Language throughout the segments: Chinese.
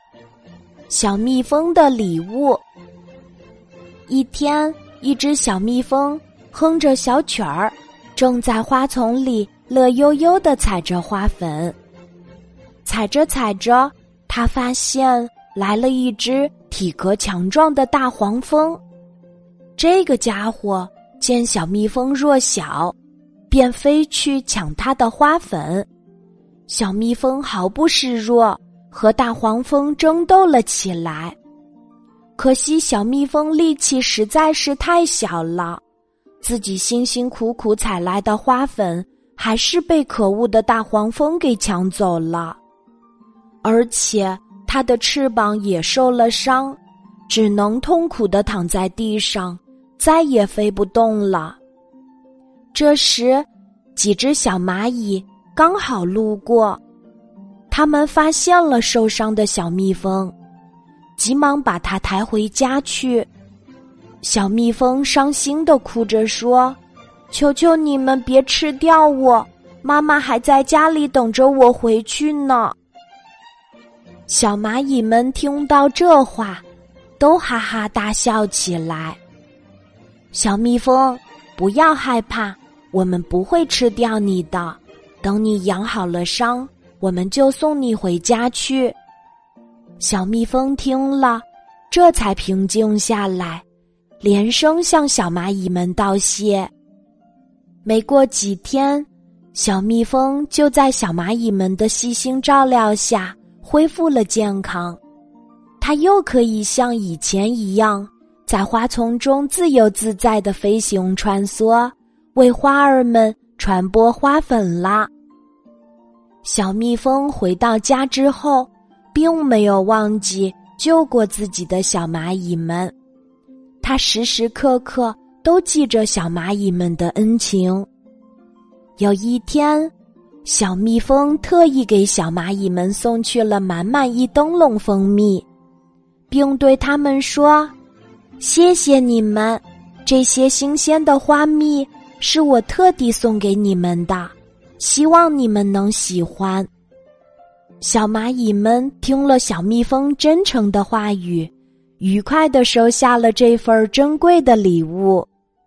小蜜蜂的礼物。一天，一只小蜜蜂哼着小曲儿，正在花丛里乐悠悠地采着花粉。采着采着，它发现来了一只体格强壮的大黄蜂。这个家伙见小蜜蜂弱小，便飞去抢它的花粉。小蜜蜂毫不示弱，和大黄蜂争斗了起来。可惜小蜜蜂力气实在是太小了，自己辛辛苦苦采来的花粉还是被可恶的大黄蜂给抢走了。而且它的翅膀也受了伤，只能痛苦地躺在地上，再也飞不动了。这时，几只小蚂蚁刚好路过，它们发现了受伤的小蜜蜂，急忙把它抬回家去。小蜜蜂伤心地哭着说：“求求你们别吃掉我，妈妈还在家里等着我回去呢。”小蚂蚁们听到这话，都哈哈大笑起来。小蜜蜂，不要害怕，我们不会吃掉你的，等你养好了伤，我们就送你回家去。小蜜蜂听了，这才平静下来，连声向小蚂蚁们道谢。没过几天，小蜜蜂就在小蚂蚁们的细心照料下恢复了健康，它又可以像以前一样，在花丛中自由自在地飞行穿梭，为花儿们传播花粉啦。小蜜蜂回到家之后，并没有忘记救过自己的小蚂蚁们，它时时刻刻都记着小蚂蚁们的恩情。有一天，小蜜蜂特意给小蚂蚁们送去了满满一灯笼蜂蜜，并对它们说：“谢谢你们，这些新鲜的花蜜是我特地送给你们的，希望你们能喜欢。”小蚂蚁们听了小蜜蜂真诚的话语，愉快地收下了这份珍贵的礼物。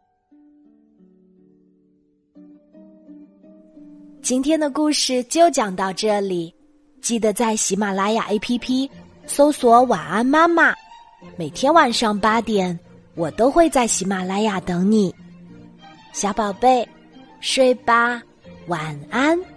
今天的故事就讲到这里，记得在喜马拉雅 APP 搜索晚安妈妈，每天晚上8点，我都会在喜马拉雅等你。小宝贝，睡吧，晚安。